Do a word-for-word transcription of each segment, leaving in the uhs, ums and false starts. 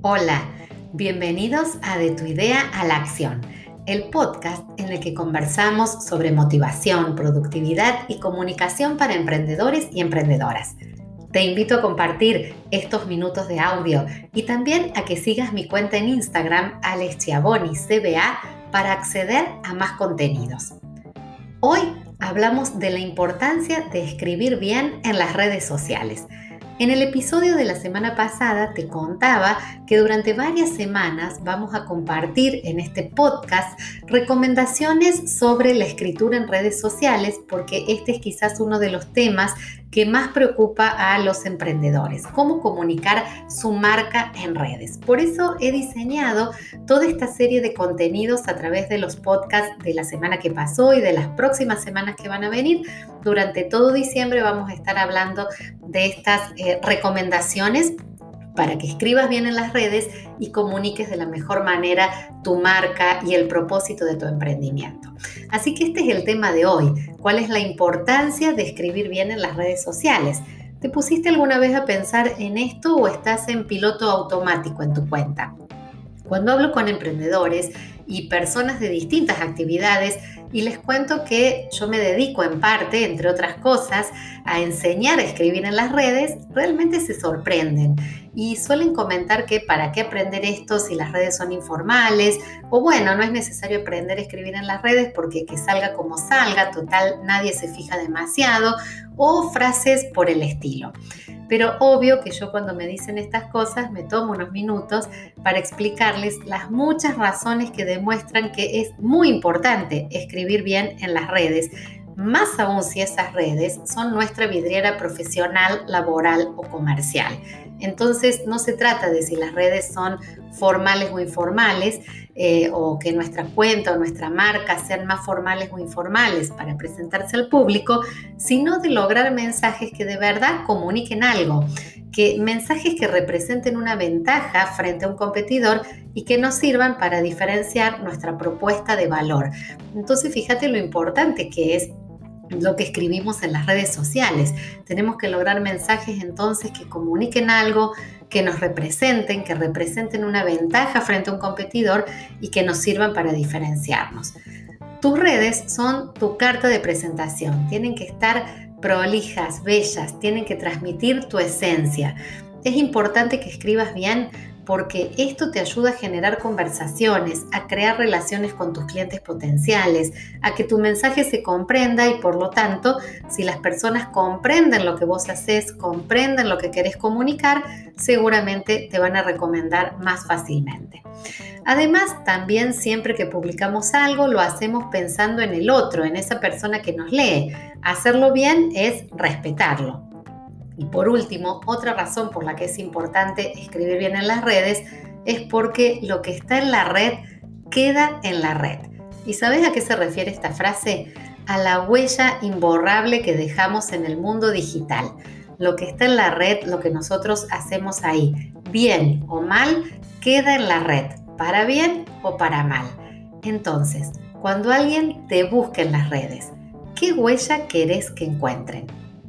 Hola, bienvenidos a De tu idea a la acción, el podcast en el que conversamos sobre motivación, productividad y comunicación para emprendedores y emprendedoras. Te invito a compartir estos minutos de audio y también a que sigas mi cuenta en Instagram, Alex Chiavoni C B A, para acceder a más contenidos. Hoy hablamos de la importancia de escribir bien en las redes sociales. En el episodio de la semana pasada te contaba que durante varias semanas vamos a compartir en este podcast recomendaciones sobre la escritura en redes sociales, porque este es quizás uno de los temas que más preocupa a los emprendedores, cómo comunicar su marca en redes. Por eso he diseñado toda esta serie de contenidos a través de los podcasts de la semana que pasó y de las próximas semanas que van a venir. Durante todo diciembre vamos a estar hablando de estas eh, recomendaciones para que escribas bien en las redes y comuniques de la mejor manera tu marca y el propósito de tu emprendimiento. Así que este es el tema de hoy. ¿Cuál es la importancia de escribir bien en las redes sociales? ¿Te pusiste alguna vez a pensar en esto o estás en piloto automático en tu cuenta? Cuando hablo con emprendedores y personas de distintas actividades y les cuento que yo me dedico en parte, entre otras cosas, a enseñar a escribir en las redes, realmente se sorprenden y suelen comentar que para qué aprender esto si las redes son informales, o bueno, no es necesario aprender a escribir en las redes porque que salga como salga, total, nadie se fija demasiado, o frases por el estilo. Pero obvio que yo cuando me dicen estas cosas me tomo unos minutos para explicarles las muchas razones que demuestran que es muy importante escribir bien en las redes, más aún si esas redes son nuestra vidriera profesional, laboral o comercial. Entonces no se trata de si las redes son formales o informales, eh, o que nuestra cuenta o nuestra marca sean más formales o informales para presentarse al público, sino de lograr mensajes que de verdad comuniquen algo, que mensajes que representen una ventaja frente a un competidor y que nos sirvan para diferenciar nuestra propuesta de valor. Entonces fíjate lo importante que es lo que escribimos en las redes sociales. Tenemos que lograr mensajes entonces que comuniquen algo, que nos representen, que representen una ventaja frente a un competidor y que nos sirvan para diferenciarnos. Tus redes son tu carta de presentación, tienen que estar prolijas, bellas, tienen que transmitir tu esencia. Es importante que escribas bien porque esto te ayuda a generar conversaciones, a crear relaciones con tus clientes potenciales, a que tu mensaje se comprenda y por lo tanto, si las personas comprenden lo que vos haces, comprenden lo que querés comunicar, seguramente te van a recomendar más fácilmente. Además, también siempre que publicamos algo, lo hacemos pensando en el otro, en esa persona que nos lee. Hacerlo bien es respetarlo. Y por último, otra razón por la que es importante escribir bien en las redes es porque lo que está en la red queda en la red. ¿Y sabes a qué se refiere esta frase? A la huella imborrable que dejamos en el mundo digital. Lo que está en la red, lo que nosotros hacemos ahí, bien o mal, queda en la red, para bien o para mal. Entonces, cuando alguien te busque en las redes, ¿qué huella querés que encuentren?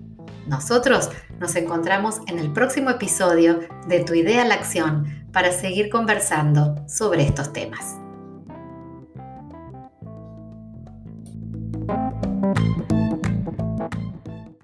Nosotros nos encontramos en el próximo episodio de Tu Idea a la Acción para seguir conversando sobre estos temas.